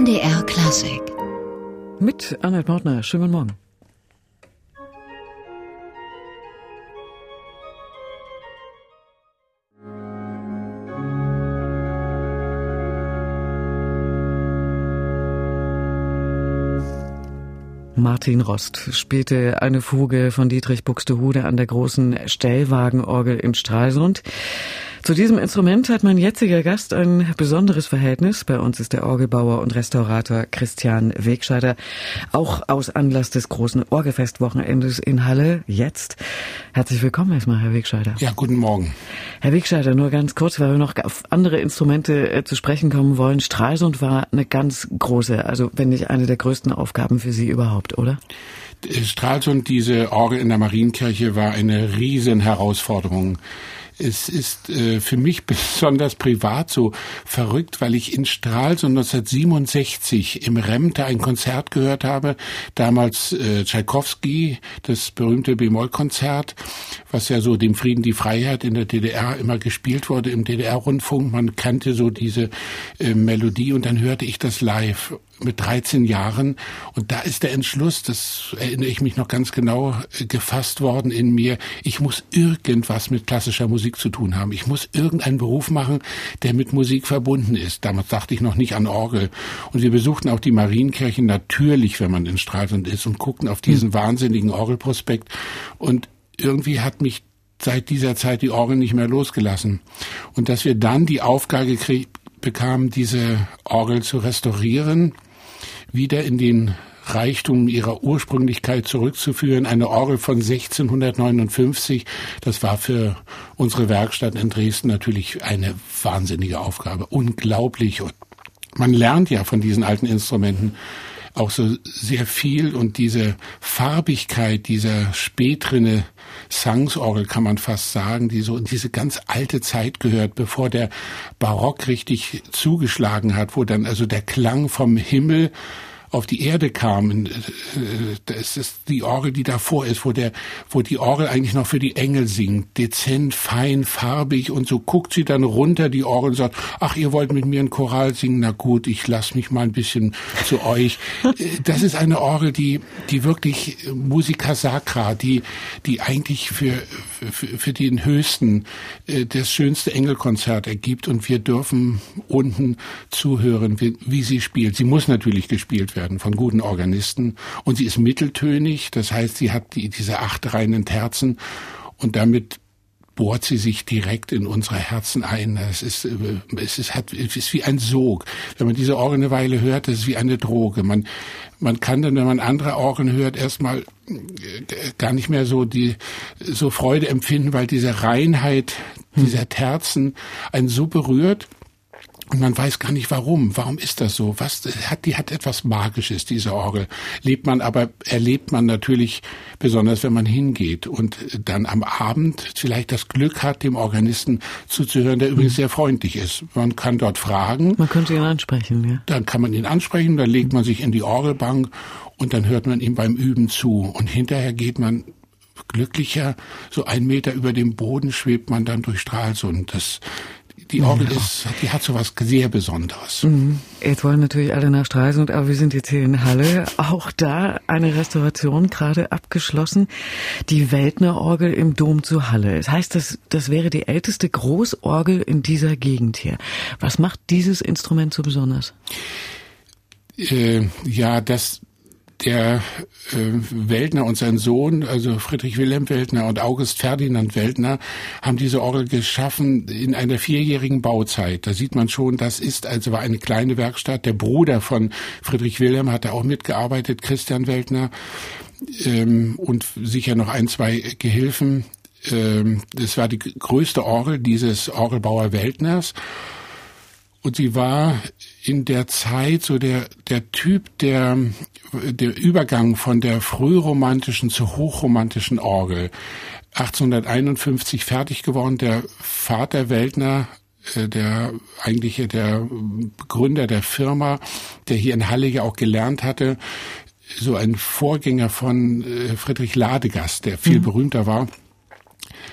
MDR Klassik. Mit Annette Mautner. Schönen guten Morgen. Martin Rost spielte eine Fuge von Dietrich Buxtehude an der großen Stellwagenorgel in Stralsund. Zu diesem Instrument hat mein jetziger Gast ein besonderes Verhältnis. Bei uns ist der Orgelbauer und Restaurator Christian Wegscheider, auch aus Anlass des großen Orgelfestwochenendes in Halle jetzt. Herzlich willkommen erstmal, Herr Wegscheider. Ja, guten Morgen. Herr Wegscheider, nur ganz kurz, weil wir noch auf andere Instrumente zu sprechen kommen wollen. Stralsund war eine ganz große, also wenn nicht eine der größten Aufgaben für Sie überhaupt, oder? Stralsund, diese Orgel in der Marienkirche, war eine riesen Herausforderung. Es ist für mich besonders privat so verrückt, weil ich in Stralsund 1967 im Remter ein Konzert gehört habe. Damals Tschaikowski, das berühmte B-Moll-Konzert, was ja so dem Frieden die Freiheit in der DDR immer gespielt wurde im DDR-Rundfunk. Man kannte so diese Melodie und dann hörte ich das live mit 13 Jahren. Und da ist der Entschluss, das erinnere ich mich noch ganz genau, gefasst worden in mir. Ich muss irgendwas mit klassischer Musik zu tun haben. Ich muss irgendeinen Beruf machen, der mit Musik verbunden ist. Damals dachte ich noch nicht an Orgel. Und wir besuchten auch die Marienkirche natürlich, wenn man in Stralsund ist, und guckten auf diesen wahnsinnigen Orgelprospekt. Und irgendwie hat mich seit dieser Zeit die Orgel nicht mehr losgelassen. Und dass wir dann die Aufgabe bekamen, diese Orgel zu restaurieren, wieder in den Reichtum ihrer Ursprünglichkeit zurückzuführen. Eine Orgel von 1659, das war für unsere Werkstatt in Dresden natürlich eine wahnsinnige Aufgabe. Unglaublich. Und man lernt ja von diesen alten Instrumenten auch so sehr viel, und diese Farbigkeit dieser späteren Sangsorgel, kann man fast sagen, die so in diese ganz alte Zeit gehört, bevor der Barock richtig zugeschlagen hat, wo dann also der Klang vom Himmel auf die Erde kam. Das ist die Orgel, die davor ist, wo die Orgel eigentlich noch für die Engel singt. Dezent, fein, farbig, und so guckt sie dann runter, die Orgel, und sagt, ach, ihr wollt mit mir einen Choral singen? Na gut, ich lass mich mal ein bisschen zu euch. Das ist eine Orgel, die wirklich Musica Sacra, die eigentlich für den Höchsten das schönste Engelkonzert ergibt, und wir dürfen unten zuhören, wie sie spielt. Sie muss natürlich gespielt werden von guten Organisten, und sie ist mitteltönig, das heißt, sie hat diese 8 reinen Terzen, und damit bohrt sie sich direkt in unsere Herzen ein. Es ist wie ein Sog. Wenn man diese Orgel eine Weile hört, das ist wie eine Droge. Man kann dann, wenn man andere Orgeln hört, erstmal gar nicht mehr so Freude empfinden, weil diese Reinheit dieser Terzen einen so berührt. Und man weiß gar nicht warum. Warum ist das so? Die hat etwas Magisches, diese Orgel. Erlebt man natürlich besonders, wenn man hingeht und dann am Abend vielleicht das Glück hat, dem Organisten zuzuhören, der übrigens sehr freundlich ist. Man kann dort fragen. Man könnte ihn ansprechen, ja. Dann kann man ihn ansprechen, dann legt man sich in die Orgelbank und dann hört man ihm beim Üben zu. Und hinterher geht man glücklicher, so 1 Meter über dem Boden schwebt man dann durch Stralsund. Die Orgel die hat so was sehr Besonderes. Jetzt wollen natürlich alle nach Stralsund, aber wir sind jetzt hier in Halle. Auch da eine Restauration gerade abgeschlossen. Die Weltner-Orgel im Dom zu Halle. Das heißt, das wäre die älteste Großorgel in dieser Gegend hier. Was macht dieses Instrument so besonders? Der Weltner und sein Sohn, also Friedrich Wilhelm Weltner und August Ferdinand Weltner, haben diese Orgel geschaffen in einer 4-jährigen Bauzeit. Da sieht man schon, war eine kleine Werkstatt. Der Bruder von Friedrich Wilhelm hat da auch mitgearbeitet, Christian Weltner, und sicher noch 1, 2 Gehilfen. Das war die größte Orgel dieses Orgelbauer Weltners. Und sie war in der Zeit so der Typ, der Übergang von der frühromantischen zur hochromantischen Orgel. 1851 fertig geworden. Der Vater Weltner, der Gründer der Firma, der hier in Halle ja auch gelernt hatte, so ein Vorgänger von Friedrich Ladegast, der viel berühmter war.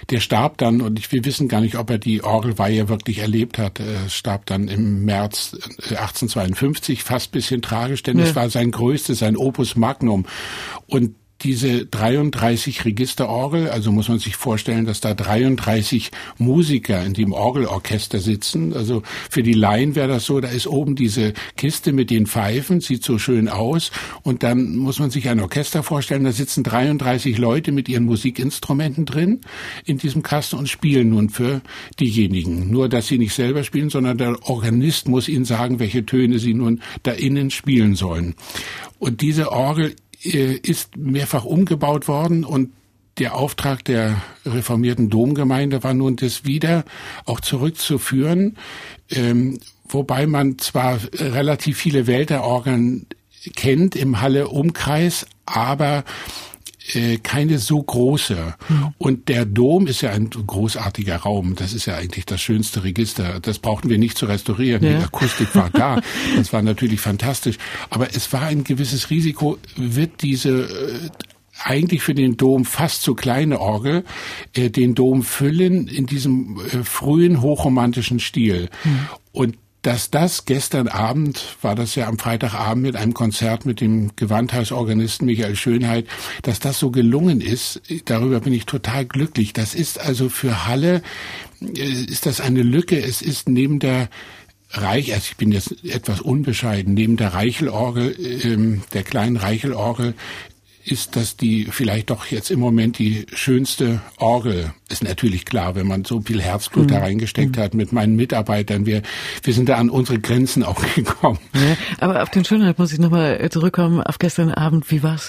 der starb dann, und wir wissen gar nicht, ob er die Orgelweihe wirklich erlebt hat. Er starb dann im März 1852, fast bisschen tragisch, denn es war sein größtes, sein Opus Magnum. Und diese 33 Registerorgel, also muss man sich vorstellen, dass da 33 Musiker in dem Orgelorchester sitzen. Also für die Laien wäre das so, da ist oben diese Kiste mit den Pfeifen, sieht so schön aus. Und dann muss man sich ein Orchester vorstellen, da sitzen 33 Leute mit ihren Musikinstrumenten drin in diesem Kasten und spielen nun für diejenigen. Nur, dass sie nicht selber spielen, sondern der Organist muss ihnen sagen, welche Töne sie nun da innen spielen sollen. Und diese Orgel ist mehrfach umgebaut worden, und der Auftrag der reformierten Domgemeinde war nun, das wieder auch zurückzuführen, wobei man zwar relativ viele Welterorgeln kennt im Halle-Umkreis, aber keine so große. Und der Dom ist ja ein großartiger Raum. Das ist ja eigentlich das schönste Register. Das brauchten wir nicht zu restaurieren. Ja. Die Akustik war da. Das war natürlich fantastisch. Aber es war ein gewisses Risiko, wird diese eigentlich für den Dom fast zu kleine Orgel den Dom füllen in diesem frühen hochromantischen Stil. Und dass das gestern Abend, war das ja am Freitagabend mit einem Konzert mit dem Gewandhausorganisten Michael Schönheit, dass das so gelungen ist, darüber bin ich total glücklich. Das ist also für Halle, ist das eine Lücke. Es ist neben der also ich bin jetzt etwas unbescheiden, neben der Reichelorgel, der kleinen Reichelorgel, ist das die vielleicht doch jetzt im Moment die schönste Orgel. Ist natürlich klar, wenn man so viel Herzblut da reingesteckt hat mit meinen Mitarbeitern. Wir sind da an unsere Grenzen auch gekommen. Ja, aber auf den Schönheit muss ich nochmal zurückkommen. Auf gestern Abend, wie war's?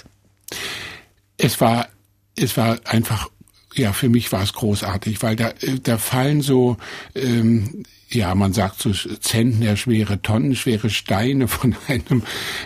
Es war einfach, ja, für mich war es großartig, weil da fallen so, ja, man sagt so zentnerschwere, tonnenschwere Steine von einem.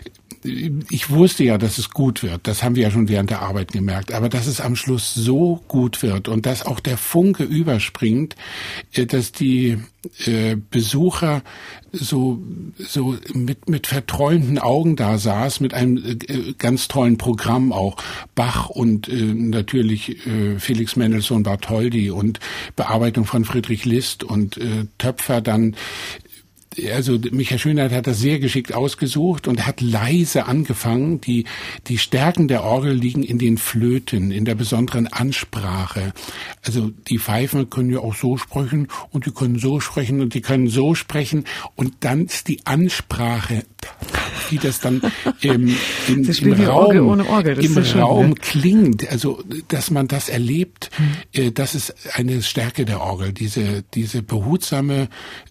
Ich wusste ja, dass es gut wird. Das haben wir ja schon während der Arbeit gemerkt. Aber dass es am Schluss so gut wird und dass auch der Funke überspringt, dass die Besucher so mit verträumten Augen da saß, mit einem ganz tollen Programm auch. Bach und natürlich Felix Mendelssohn Bartholdy und Bearbeitung von Friedrich List und Töpfer dann. Also Michael Schönheit hat das sehr geschickt ausgesucht und hat leise angefangen. Die Stärken der Orgel liegen in den Flöten, in der besonderen Ansprache. Also die Pfeifen können ja auch so sprechen und die können so sprechen und die können so sprechen. Und dann ist die Ansprache, wie das dann im Raum, ohne Orgel. Das im ist schön, Raum ne? klingt. Also dass man das erlebt, das ist eine Stärke der Orgel. Diese behutsame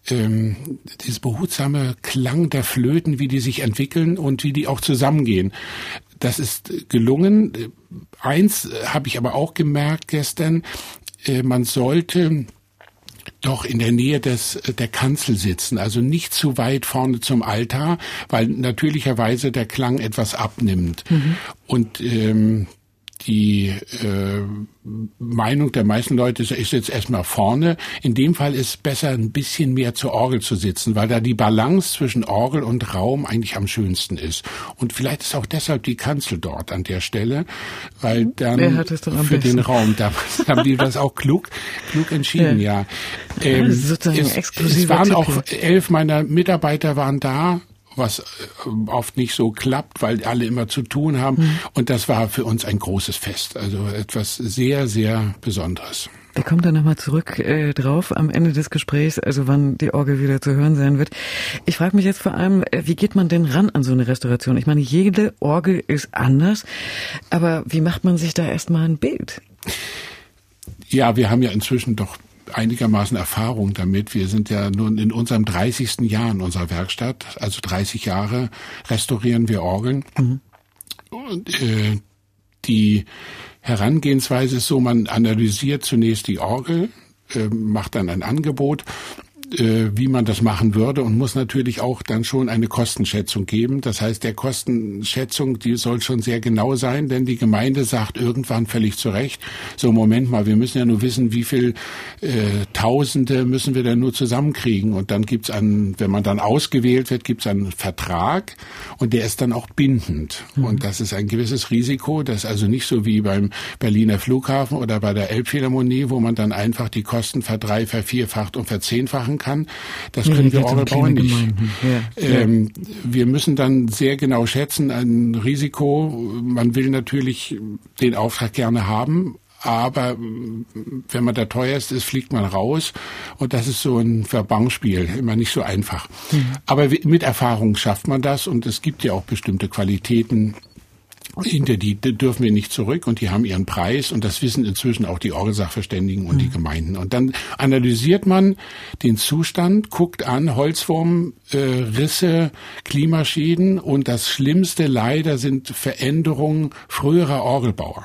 Klang der Flöten, wie die sich entwickeln und wie die auch zusammengehen. Das ist gelungen. Eins habe ich aber auch gemerkt gestern, man sollte doch in der Nähe der Kanzel sitzen, also nicht zu weit vorne zum Altar, weil natürlicherweise der Klang etwas abnimmt. Und die Meinung der meisten Leute ist, ich sitze erstmal vorne. In dem Fall ist es besser, ein bisschen mehr zur Orgel zu sitzen, weil da die Balance zwischen Orgel und Raum eigentlich am schönsten ist. Und vielleicht ist auch deshalb die Kanzel dort an der Stelle, weil dann für den Raum, da haben die das auch klug entschieden, ja. Es waren auch 11 meiner Mitarbeiter waren da, was oft nicht so klappt, weil alle immer zu tun haben. Und das war für uns ein großes Fest. Also etwas sehr, sehr Besonderes. Wir kommen da nochmal zurück drauf am Ende des Gesprächs, also wann die Orgel wieder zu hören sein wird. Ich frage mich jetzt vor allem, wie geht man denn ran an so eine Restauration? Ich meine, jede Orgel ist anders, aber wie macht man sich da erstmal ein Bild? Ja, wir haben ja inzwischen doch einigermaßen Erfahrung damit. Wir sind ja nun in unserem 30. Jahr in unserer Werkstatt, also 30 Jahre restaurieren wir Orgeln. Und die Herangehensweise ist so, man analysiert zunächst die Orgel, macht dann ein Angebot wie man das machen würde und muss natürlich auch dann schon eine Kostenschätzung geben. Das heißt, der Kostenschätzung, die soll schon sehr genau sein, denn die Gemeinde sagt irgendwann völlig zu Recht, so Moment mal, wir müssen ja nur wissen, wie viel Tausende müssen wir denn nur zusammenkriegen. Und dann gibt's wenn man dann ausgewählt wird, gibt's einen Vertrag und der ist dann auch bindend. Und das ist ein gewisses Risiko, das ist also nicht so wie beim Berliner Flughafen oder bei der Elbphilharmonie, wo man dann einfach die Kosten vervierfacht und verzehnfachen kann. Das können wir Orgelbauer nicht. Wir müssen dann sehr genau schätzen, ein Risiko. Man will natürlich den Auftrag gerne haben, aber wenn man da teuerst ist, fliegt man raus. Und das ist so ein Verbankspiel, immer nicht so einfach. Aber mit Erfahrung schafft man das und es gibt ja auch bestimmte Qualitäten, hinter die dürfen wir nicht zurück und die haben ihren Preis und das wissen inzwischen auch die Orgelsachverständigen und die Gemeinden. Und dann analysiert man den Zustand, guckt an, Holzwurm, Risse, Klimaschäden und das Schlimmste leider sind Veränderungen früherer Orgelbauer,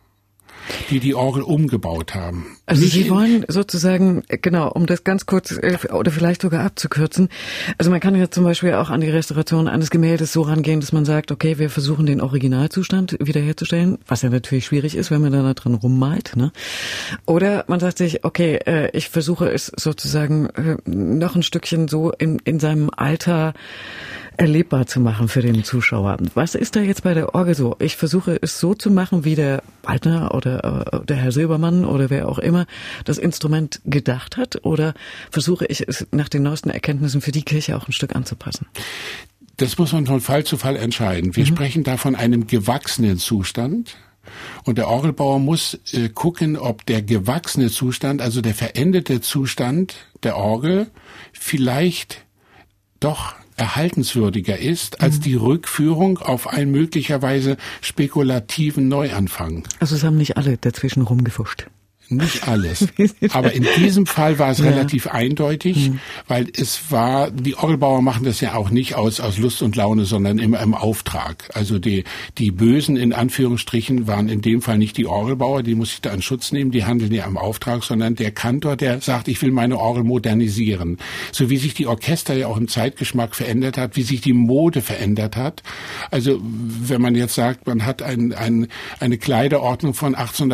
die Orgel umgebaut haben. Also Sie wollen sozusagen, genau, um das ganz kurz oder vielleicht sogar abzukürzen, also man kann ja zum Beispiel auch an die Restauration eines Gemäldes so rangehen, dass man sagt, okay, wir versuchen den Originalzustand wiederherzustellen, was ja natürlich schwierig ist, wenn man da dran rummalt, ne? Oder man sagt sich, okay, ich versuche es sozusagen noch ein Stückchen so in seinem Alter erlebbar zu machen für den Zuschauer. Was ist da jetzt bei der Orgel so? Ich versuche es so zu machen, wie der Waldner oder der Herr Silbermann oder wer auch immer das Instrument gedacht hat, oder versuche ich es nach den neuesten Erkenntnissen für die Kirche auch ein Stück anzupassen? Das muss man von Fall zu Fall entscheiden. Wir sprechen da von einem gewachsenen Zustand. Und der Orgelbauer muss gucken, ob der gewachsene Zustand, also der veränderte Zustand der Orgel, vielleicht doch erhaltenswürdiger ist als die Rückführung auf einen möglicherweise spekulativen Neuanfang. Also es haben nicht alle dazwischen rumgefuscht. Nicht alles. Aber in diesem Fall war es relativ eindeutig, weil die Orgelbauer machen das ja auch nicht aus Lust und Laune, sondern immer im Auftrag. Also die Bösen in Anführungsstrichen waren in dem Fall nicht die Orgelbauer, die muss ich da in Schutz nehmen, die handeln ja im Auftrag, sondern der Kantor, der sagt, ich will meine Orgel modernisieren. So wie sich die Orchester ja auch im Zeitgeschmack verändert hat, wie sich die Mode verändert hat. Also wenn man jetzt sagt, man hat eine Kleiderordnung von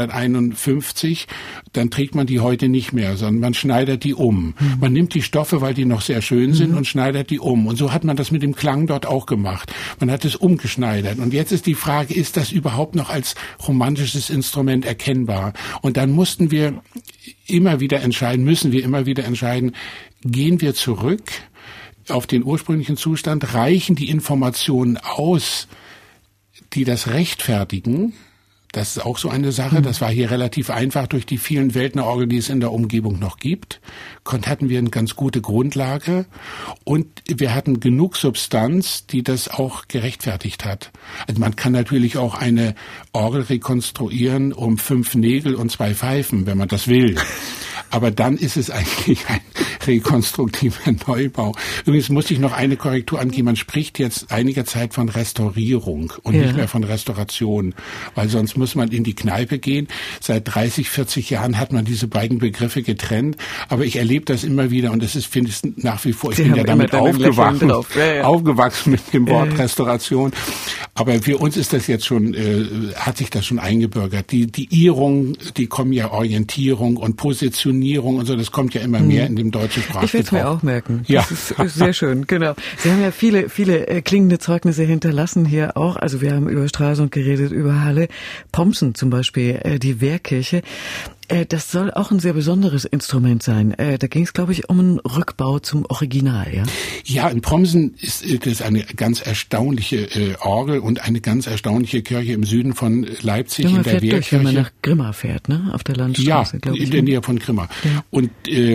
1851, dann trägt man die heute nicht mehr, sondern man schneidet die um. Man nimmt die Stoffe, weil die noch sehr schön sind, und schneidet die um. Und so hat man das mit dem Klang dort auch gemacht. Man hat es umgeschneidert. Und jetzt ist die Frage, ist das überhaupt noch als romantisches Instrument erkennbar? Und dann müssen wir immer wieder entscheiden, gehen wir zurück auf den ursprünglichen Zustand, reichen die Informationen aus, die das rechtfertigen? Das ist auch so eine Sache. Das war hier relativ einfach durch die vielen Weltner-Orgeln, die es in der Umgebung noch gibt. Hatten wir eine ganz gute Grundlage und wir hatten genug Substanz, die das auch gerechtfertigt hat. Also man kann natürlich auch eine Orgel rekonstruieren um 5 Nägel und 2 Pfeifen, wenn man das will. Aber dann ist es eigentlich ein rekonstruktiver Neubau. Übrigens muss ich noch eine Korrektur angeben. Man spricht jetzt einiger Zeit von Restaurierung und nicht mehr von Restauration, weil sonst muss man in die Kneipe gehen. Seit 30, 40 Jahren hat man diese beiden Begriffe getrennt, aber ich erlebe das immer wieder und das ist, finde ich, nach wie vor, ich bin ja damit aufgewachsen mit dem Wort Restauration. Aber für uns ist das jetzt schon, hat sich das schon eingebürgert. Die Ehrung, die kommen ja Orientierung und Positionierung und so, das kommt ja immer mehr in dem deutschen Sprachgebrauch. Ich will es mir auch merken. Das ist sehr schön, genau. Sie haben ja viele klingende Zeugnisse hinterlassen hier auch. Also wir haben über Stralsund geredet, über Halle. Pomsen zum Beispiel, die Wehrkirche. Das soll auch ein sehr besonderes Instrument sein. Da ging es, glaube ich, um einen Rückbau zum Original, ja? Ja, in Pomsen ist das eine ganz erstaunliche Orgel und eine ganz erstaunliche Kirche im Süden von Leipzig, in der Wehrkirche. Durch, wenn man nach Grimma fährt, ne? Auf der Landstraße, glaube ich. Ja, in der Nähe von Grimma. Ja. Und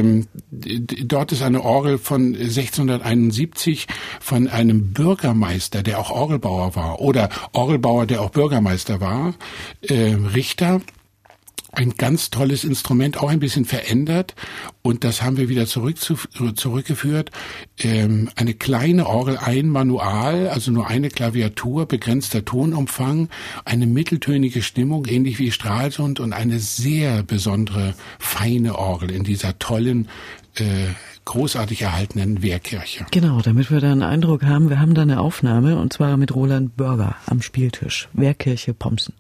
dort ist eine Orgel von 1671 von einem Bürgermeister, der auch Orgelbauer war, oder Orgelbauer, der auch Bürgermeister war, Richter. ein ganz tolles Instrument, auch ein bisschen verändert, und das haben wir wieder zurückgeführt. Eine kleine Orgel, ein Manual, also nur eine Klaviatur, begrenzter Tonumfang, eine mitteltönige Stimmung, ähnlich wie Stralsund, und eine sehr besondere, feine Orgel in dieser tollen, großartig erhaltenen Wehrkirche. Genau, damit wir da einen Eindruck haben, wir haben da eine Aufnahme, und zwar mit Roland Börger am Spieltisch, Wehrkirche Pomsen.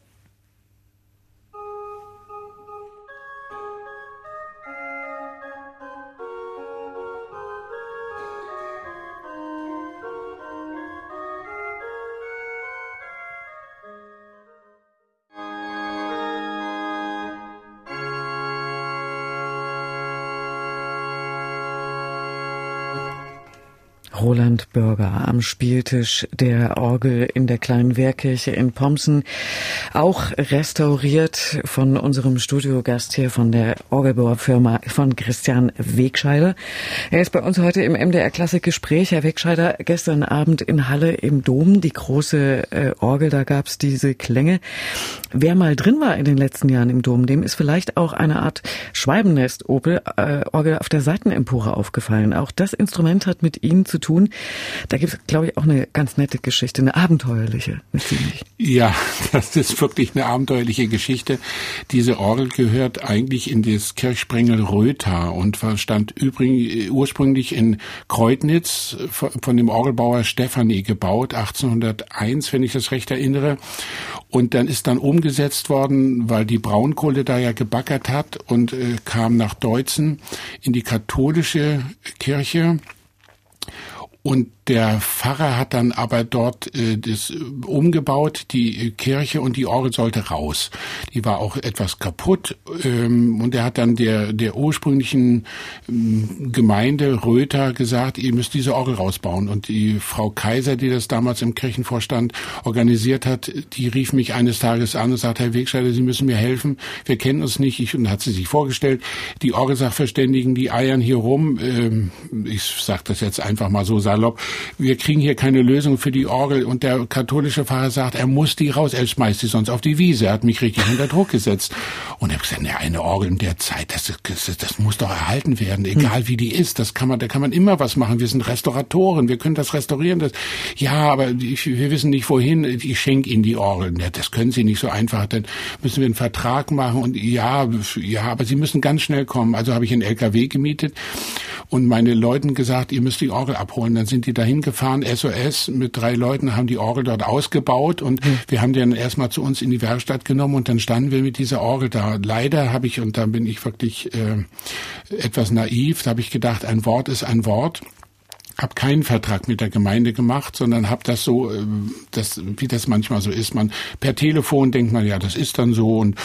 Roland Börger am Spieltisch der Orgel in der kleinen Wehrkirche in Pomsen, auch restauriert von unserem Studiogast hier von der Orgelbauerfirma von Christian Wegscheider. Er ist bei uns heute im MDR Klassik Gespräch. Herr Wegscheider, gestern Abend in Halle im Dom, die große Orgel, da gab's diese Klänge. Wer mal drin war in den letzten Jahren im Dom, dem ist vielleicht auch eine Art Schwalbennest-Orgel auf der Seitenempore aufgefallen. Auch das Instrument hat mit Ihnen zu tun. Da gibt es, glaube ich, auch eine ganz nette Geschichte, eine abenteuerliche. Ja, das ist wirklich eine abenteuerliche Geschichte. Diese Orgel gehört eigentlich in das Kirchsprengel Rötha und stand ursprünglich in Kreutnitz von dem Orgelbauer Stefanie gebaut, 1801, wenn ich das recht erinnere. Und dann ist dann umgesetzt worden, weil die Braunkohle da ja gebackert hat, und kam nach Deutzen in die katholische Kirche. Und der Pfarrer hat dann aber dort das umgebaut, die Kirche, und die Orgel sollte raus. Die war auch etwas kaputt, und er hat dann der ursprünglichen Gemeinde Rötha gesagt, ihr müsst diese Orgel rausbauen. Und die Frau Kaiser, die das damals im Kirchenvorstand organisiert hat, die rief mich eines Tages an und sagte, Herr Wegscheider, Sie müssen mir helfen, wir kennen uns nicht. Und hat sie sich vorgestellt, die Orgelsachverständigen, die eiern hier rum, ich sage das jetzt einfach mal so salopp, wir kriegen hier keine Lösung für die Orgel, und der katholische Pfarrer sagt, er muss die raus, er schmeißt die sonst auf die Wiese. Er hat mich richtig unter Druck gesetzt. Und er hat gesagt, eine Orgel in der Zeit, das muss doch erhalten werden, egal wie die ist. Da kann man immer was machen. Wir sind Restauratoren, wir können das restaurieren. Ja, aber wir wissen nicht wohin. Ich schenke Ihnen die Orgel. Ja, das können Sie nicht so einfach. Dann müssen wir einen Vertrag machen. Und ja, aber Sie müssen ganz schnell kommen. Also habe ich einen LKW gemietet und meine Leuten gesagt, ihr müsst die Orgel abholen. Dann sind die dahin gefahren, SOS, mit 3 Leuten, haben die Orgel dort ausgebaut, und wir haben die dann erstmal zu uns in die Werkstatt genommen, und dann standen wir mit dieser Orgel da. Leider habe ich, und da bin ich wirklich etwas naiv, da habe ich gedacht, ein Wort ist ein Wort. Habe keinen Vertrag mit der Gemeinde gemacht, sondern habe das so, wie das manchmal so ist. Man per Telefon denkt man, ja, das ist dann so, und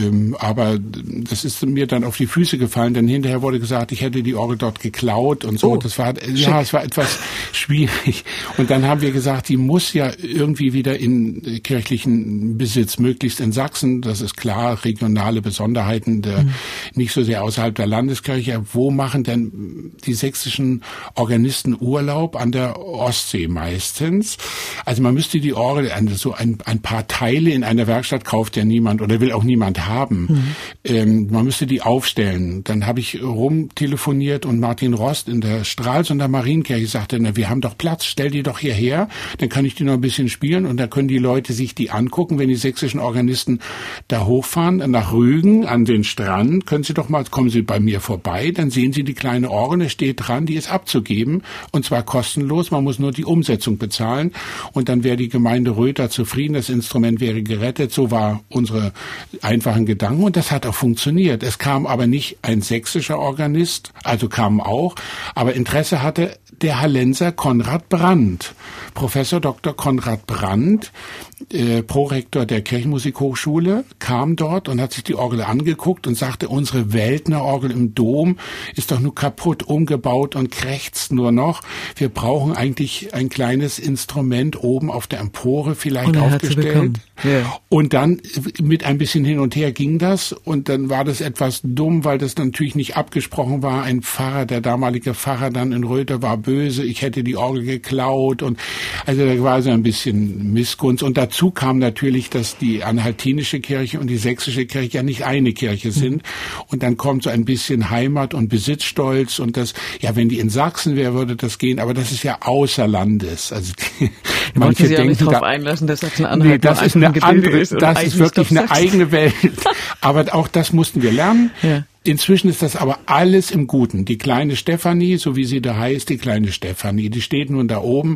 aber das ist mir dann auf die Füße gefallen, denn hinterher wurde gesagt, ich hätte die Orgel dort geklaut und so. Es war etwas schwierig. Und dann haben wir gesagt, die muss ja irgendwie wieder in kirchlichen Besitz, möglichst in Sachsen. Das ist klar, regionale Besonderheiten, nicht so sehr außerhalb der Landeskirche. Wo machen denn die sächsischen Organisten Urlaub? An der Ostsee meistens. Also man müsste die Orgel, so ein paar Teile in einer Werkstatt kauft ja niemand oder will auch niemand haben. Man müsste die aufstellen. Dann habe ich rumtelefoniert, und Martin Rost in der Stralsunder Marienkirche sagte, na, wir haben doch Platz, stell die doch hierher, dann kann ich die noch ein bisschen spielen, und dann können die Leute sich die angucken, wenn die sächsischen Organisten da hochfahren, nach Rügen an den Strand, kommen Sie bei mir vorbei, dann sehen Sie die kleine Orgel, da steht dran, die ist abzugeben. Und zwar kostenlos, man muss nur die Umsetzung bezahlen, und dann wäre die Gemeinde Rötha zufrieden, das Instrument wäre gerettet. So war unsere einfachen Gedanken, und das hat auch funktioniert. Es kam aber nicht ein sächsischer Organist, also kamen auch, aber Interesse hatte der Hallenser Konrad Brandt, Professor Dr. Konrad Brandt, Prorektor der Kirchenmusikhochschule, kam dort und hat sich die Orgel angeguckt und sagte, unsere Weltner-Orgel im Dom ist doch nur kaputt, umgebaut und krächzt nur noch. Wir brauchen eigentlich ein kleines Instrument oben auf der Empore vielleicht aufgestellt. Ja. Und dann mit ein bisschen hin und her ging das, und dann war das etwas dumm, weil das natürlich nicht abgesprochen war. Ein Pfarrer, der damalige Pfarrer dann in Rötha, war böse, ich hätte die Orgel geklaut, und also da war so ein bisschen Missgunst, und dazu Dazu kam natürlich, dass die anhaltinische Kirche und die sächsische Kirche ja nicht eine Kirche sind. Und dann kommt so ein bisschen Heimat- und Besitzstolz und das, ja, wenn die in Sachsen wäre, würde das gehen, aber das ist ja außer Landes. Also manche denken, nicht darauf einlassen, dass Sachsen-Anhalt nee, das ist eine andere, das ist wirklich eine eigene Welt. Aber auch das mussten wir lernen. Ja. Inzwischen ist das aber alles im Guten. Die kleine Stefanie, so wie sie da heißt, die kleine Stefanie, die steht nun da oben,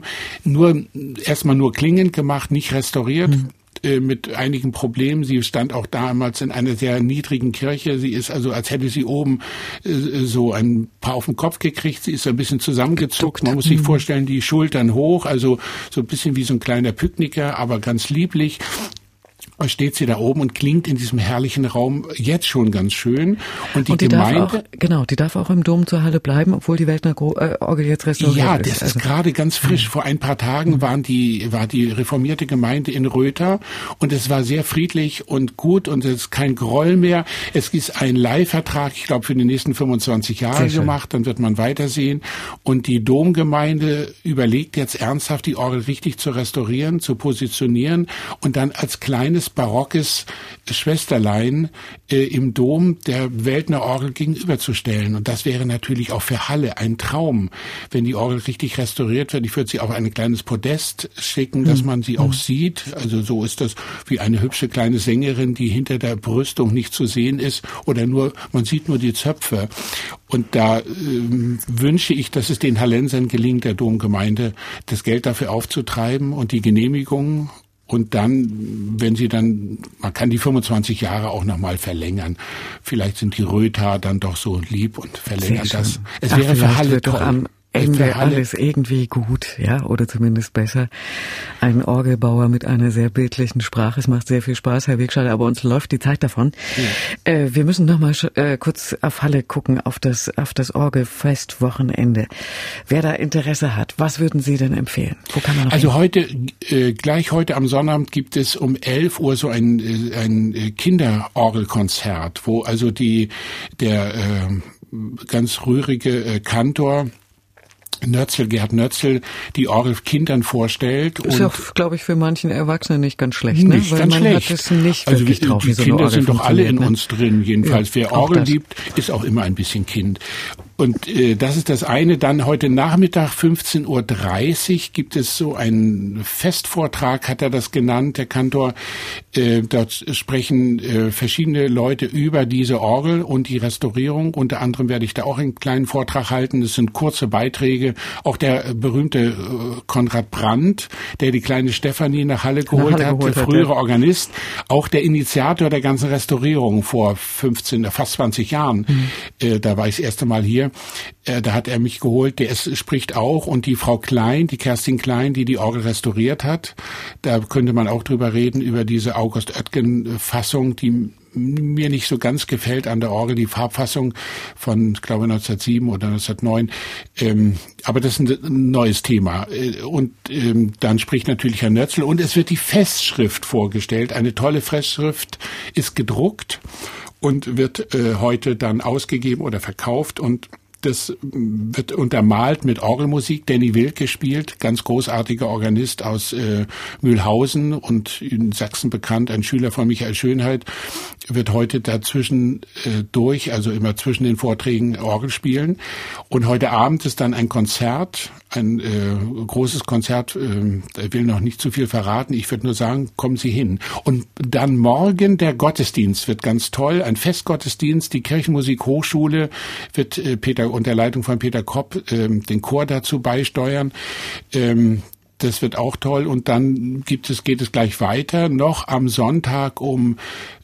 erstmal nur klingend gemacht, nicht restauriert. Mit einigen Problemen. Sie stand auch damals in einer sehr niedrigen Kirche. Sie ist also, als hätte sie oben so ein paar auf den Kopf gekriegt. Sie ist so ein bisschen zusammengezuckt. Man muss sich vorstellen, die Schultern hoch, also so ein bisschen wie so ein kleiner Picknicker, aber ganz lieblich. Steht sie da oben und klingt in diesem herrlichen Raum jetzt schon ganz schön. Und die Gemeinde... Die darf auch im Dom zur Halle bleiben, obwohl die Weltner Orgel jetzt restauriert ist. Ja, das ist gerade ganz frisch. Vor ein paar Tagen war die reformierte Gemeinde in Röther und es war sehr friedlich und gut und es ist kein Groll mehr. Es ist ein Leihvertrag, ich glaube, für die nächsten 25 Jahre gemacht, dann wird man weitersehen. Und die Domgemeinde überlegt jetzt ernsthaft, die Orgel richtig zu restaurieren, zu positionieren und dann als kleines barockes Schwesterlein im Dom der Weltner Orgel gegenüberzustellen. Und das wäre natürlich auch für Halle ein Traum, wenn die Orgel richtig restauriert wird. Ich würde sie auf ein kleines Podest schicken, dass man sie auch sieht. Also so ist das wie eine hübsche kleine Sängerin, die hinter der Brüstung nicht zu sehen ist oder nur, man sieht nur die Zöpfe. Und da wünsche ich, dass es den Hallensern gelingt, der Domgemeinde, das Geld dafür aufzutreiben und die Genehmigung. Und dann, man kann die 25 Jahre auch nochmal verlängern. Vielleicht sind die Röther dann doch so lieb und verlängern das. Es wäre für Halle toll. Ende alles irgendwie gut, ja, oder zumindest besser. Ein Orgelbauer mit einer sehr bildlichen Sprache. Es macht sehr viel Spaß, Herr Wegscheider, aber uns läuft die Zeit davon. Ja. Wir müssen noch mal kurz auf Halle gucken, auf das Orgelfestwochenende. Wer da Interesse hat, was würden Sie denn empfehlen? Wo kann man noch hin? Gleich heute am Sonnabend gibt es um 11 Uhr so ein Kinderorgelkonzert, wo also der ganz rührige Kantor Gerd Nötzel, die Orgel Kindern vorstellt. Ist ja, glaube ich, für manchen Erwachsenen nicht ganz schlecht, ne? Nicht ganz schlecht. Hat es nicht wirklich drauf, die Kinder sind doch alle in uns drin, jedenfalls. Ja, wer Orgel liebt, ist auch immer ein bisschen Kind. Und das ist das eine. Dann heute Nachmittag 15:30 Uhr gibt es so einen Festvortrag, hat er das genannt, der Kantor. Dort sprechen verschiedene Leute über diese Orgel und die Restaurierung. Unter anderem werde ich da auch einen kleinen Vortrag halten. Das sind kurze Beiträge. Auch der berühmte Konrad Brandt, der die kleine Stefanie nach Halle geholt hat, der frühere Organist, auch der Initiator der ganzen Restaurierung vor fast 20 Jahren. Da war ich das erste Mal hier. Da hat er mich geholt, der spricht auch, und die Frau Klein, die Kerstin Klein, die Orgel restauriert hat. Da könnte man auch drüber reden, über diese August Oetken-Fassung, die mir nicht so ganz gefällt an der Orgel, die Farbfassung von, ich glaube, 1907 oder 1909. Aber das ist ein neues Thema. Und dann spricht natürlich Herr Nötzel und es wird die Festschrift vorgestellt. Eine tolle Festschrift ist gedruckt und wird heute dann ausgegeben oder verkauft, und das wird untermalt mit Orgelmusik. Danny Wilke spielt, ganz großartiger Organist aus Mühlhausen und in Sachsen bekannt, ein Schüler von Michael Schönheit, wird heute dazwischen also immer zwischen den Vorträgen Orgel spielen. Und heute Abend ist dann ein Konzert, ein großes Konzert. Ich will noch nicht zu viel verraten. Ich würde nur sagen, kommen Sie hin. Und dann morgen der Gottesdienst wird ganz toll. Ein Festgottesdienst. Die Kirchenmusikhochschule wird unter Leitung von Peter Kropp den Chor dazu beisteuern. Das wird auch toll. Und dann geht es gleich weiter. Noch am Sonntag um,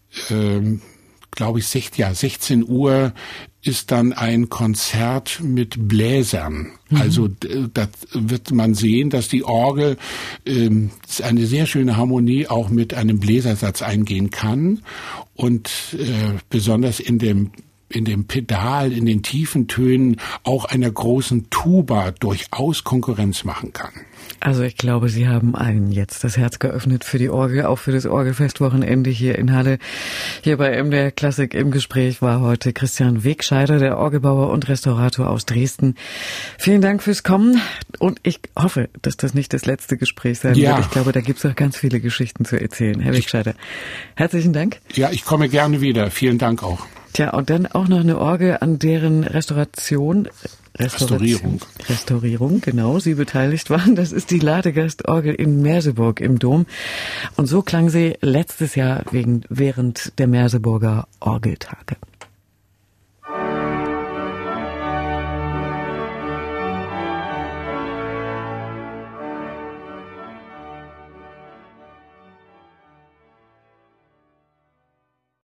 glaube ich, 16 Uhr ist dann ein Konzert mit Bläsern. Also da wird man sehen, dass die Orgel eine sehr schöne Harmonie auch mit einem Bläsersatz eingehen kann. Und besonders in dem dem Pedal, in den tiefen Tönen auch einer großen Tuba durchaus Konkurrenz machen kann. Also ich glaube, Sie haben allen jetzt das Herz geöffnet für die Orgel, auch für das Orgelfestwochenende hier in Halle. Hier bei MDR Klassik im Gespräch war heute Christian Wegscheider, der Orgelbauer und Restaurator aus Dresden. Vielen Dank fürs Kommen und ich hoffe, dass das nicht das letzte Gespräch sein wird. Ich glaube, da gibt es noch ganz viele Geschichten zu erzählen. Herr Wegscheider, herzlichen Dank. Ja, ich komme gerne wieder. Vielen Dank auch. Tja, und dann auch noch eine Orgel, an deren Restaurierung, genau, Sie beteiligt waren. Das ist die Ladegast-Orgel in Merseburg im Dom. Und so klang sie letztes Jahr während der Merseburger Orgeltage.